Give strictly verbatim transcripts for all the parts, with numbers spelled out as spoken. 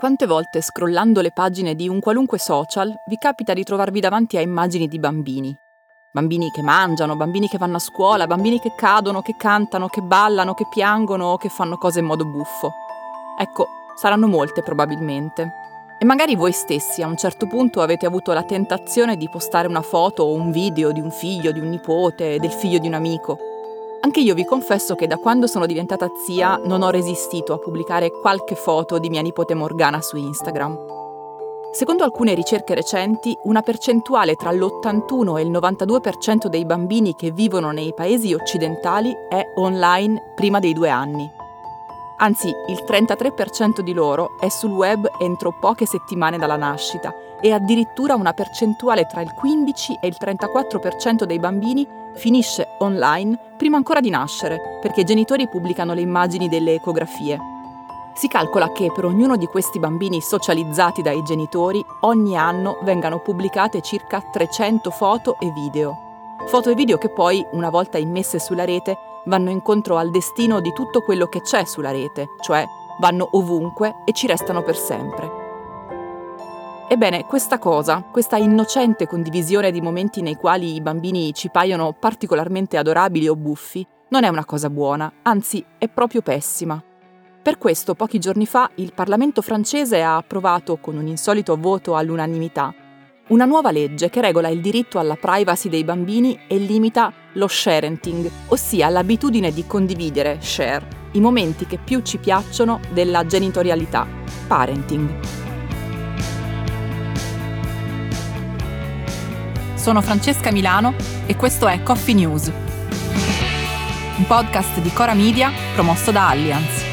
Quante volte scrollando le pagine di un qualunque social vi capita di trovarvi davanti a immagini di bambini? Bambini che mangiano, bambini che vanno a scuola, bambini che cadono, che cantano, che ballano, che piangono o che fanno cose in modo buffo. Ecco, saranno molte probabilmente. E magari voi stessi a un certo punto avete avuto la tentazione di postare una foto o un video di un figlio, di un nipote, del figlio di un amico. Anche io vi confesso che da quando sono diventata zia non ho resistito a pubblicare qualche foto di mia nipote Morgana su Instagram. Secondo alcune ricerche recenti, una percentuale tra l'ottantuno e il novantadue per cento dei bambini che vivono nei paesi occidentali è online prima dei due anni. Anzi, il trentatré per cento di loro è sul web entro poche settimane dalla nascita e addirittura una percentuale tra il quindici e il trentaquattro per cento dei bambini finisce online prima ancora di nascere, perché i genitori pubblicano le immagini delle ecografie. Si calcola che per ognuno di questi bambini socializzati dai genitori ogni anno vengano pubblicate circa trecento foto e video. Foto e video che poi, una volta immesse sulla rete, vanno incontro al destino di tutto quello che c'è sulla rete, cioè vanno ovunque e ci restano per sempre. Ebbene, questa cosa, questa innocente condivisione di momenti nei quali i bambini ci paiono particolarmente adorabili o buffi, non è una cosa buona, anzi è proprio pessima. Per questo, pochi giorni fa, il Parlamento francese ha approvato, con un insolito voto all'unanimità, una nuova legge che regola il diritto alla privacy dei bambini e limita lo sharenting, ossia l'abitudine di condividere, share, i momenti che più ci piacciono della genitorialità, parenting. Sono Francesca Milano e questo è Coffee News, un podcast di Cora Media promosso da Allianz.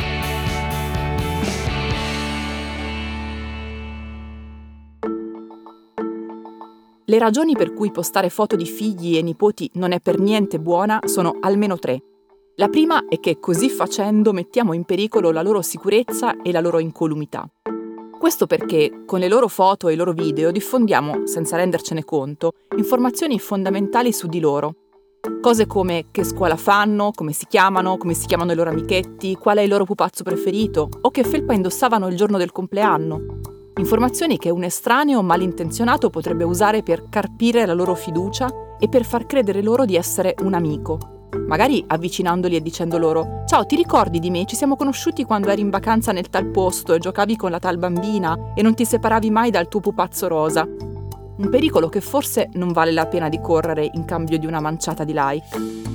Le ragioni per cui postare foto di figli e nipoti non è per niente buona sono almeno tre. La prima è che così facendo mettiamo in pericolo la loro sicurezza e la loro incolumità. Questo perché con le loro foto e i loro video diffondiamo, senza rendercene conto, informazioni fondamentali su di loro. Cose come che scuola fanno, come si chiamano, come si chiamano i loro amichetti, qual è il loro pupazzo preferito o che felpa indossavano il giorno del compleanno. Informazioni che un estraneo malintenzionato potrebbe usare per carpire la loro fiducia e per far credere loro di essere un amico. Magari avvicinandoli e dicendo loro «Ciao, ti ricordi di me? Ci siamo conosciuti quando eri in vacanza nel tal posto e giocavi con la tal bambina e non ti separavi mai dal tuo pupazzo rosa». Un pericolo che forse non vale la pena di correre in cambio di una manciata di like.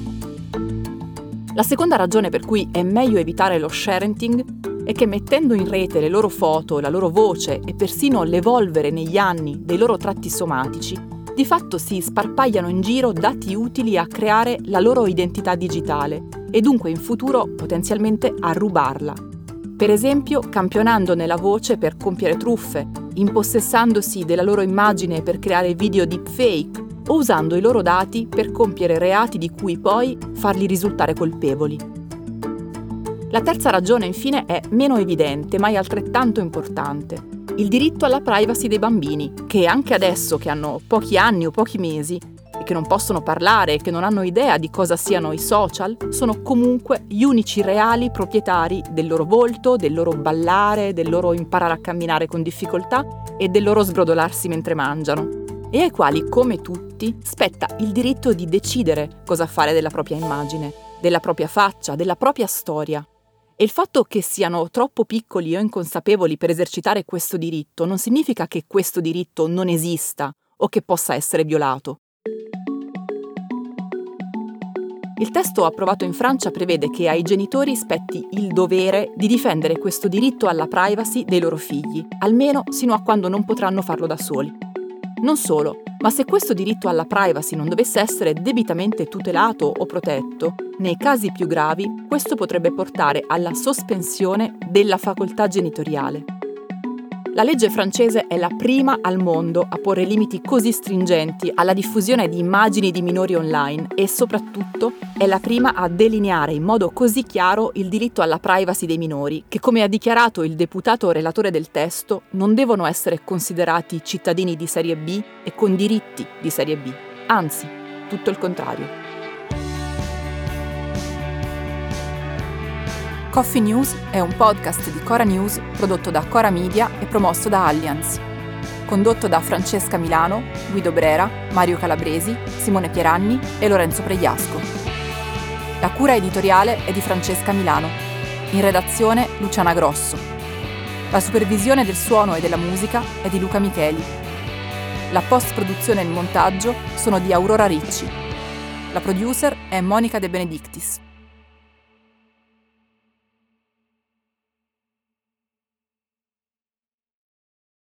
La seconda ragione per cui è meglio evitare lo sharenting è che mettendo in rete le loro foto, la loro voce e persino l'evolvere negli anni dei loro tratti somatici, di fatto si sparpagliano in giro dati utili a creare la loro identità digitale e dunque in futuro potenzialmente a rubarla. Per esempio campionando nella voce per compiere truffe, impossessandosi della loro immagine per creare video deepfake o usando i loro dati per compiere reati di cui poi farli risultare colpevoli. La terza ragione, infine, è meno evidente, ma è altrettanto importante. Il diritto alla privacy dei bambini, che anche adesso che hanno pochi anni o pochi mesi e che non possono parlare e che non hanno idea di cosa siano i social, sono comunque gli unici reali proprietari del loro volto, del loro ballare, del loro imparare a camminare con difficoltà e del loro sbrodolarsi mentre mangiano, e ai quali, come tutti, spetta il diritto di decidere cosa fare della propria immagine, della propria faccia, della propria storia. E il fatto che siano troppo piccoli o inconsapevoli per esercitare questo diritto non significa che questo diritto non esista o che possa essere violato. Il testo approvato in Francia prevede che ai genitori spetti il dovere di difendere questo diritto alla privacy dei loro figli, almeno sino a quando non potranno farlo da soli. Non solo, ma se questo diritto alla privacy non dovesse essere debitamente tutelato o protetto, nei casi più gravi, questo potrebbe portare alla sospensione della facoltà genitoriale. La legge francese è la prima al mondo a porre limiti così stringenti alla diffusione di immagini di minori online e soprattutto è la prima a delineare in modo così chiaro il diritto alla privacy dei minori che, come ha dichiarato il deputato relatore del testo, non devono essere considerati cittadini di serie B e con diritti di serie B, anzi, tutto il contrario. Coffee News è un podcast di Cora News prodotto da Cora Media e promosso da Allianz. Condotto da Francesca Milano, Guido Brera, Mario Calabresi, Simone Pieranni e Lorenzo Pregliasco. La cura editoriale è di Francesca Milano. In redazione Luciana Grosso. La supervisione del suono e della musica è di Luca Micheli. La post-produzione e il montaggio sono di Aurora Ricci. La producer è Monica De Benedictis.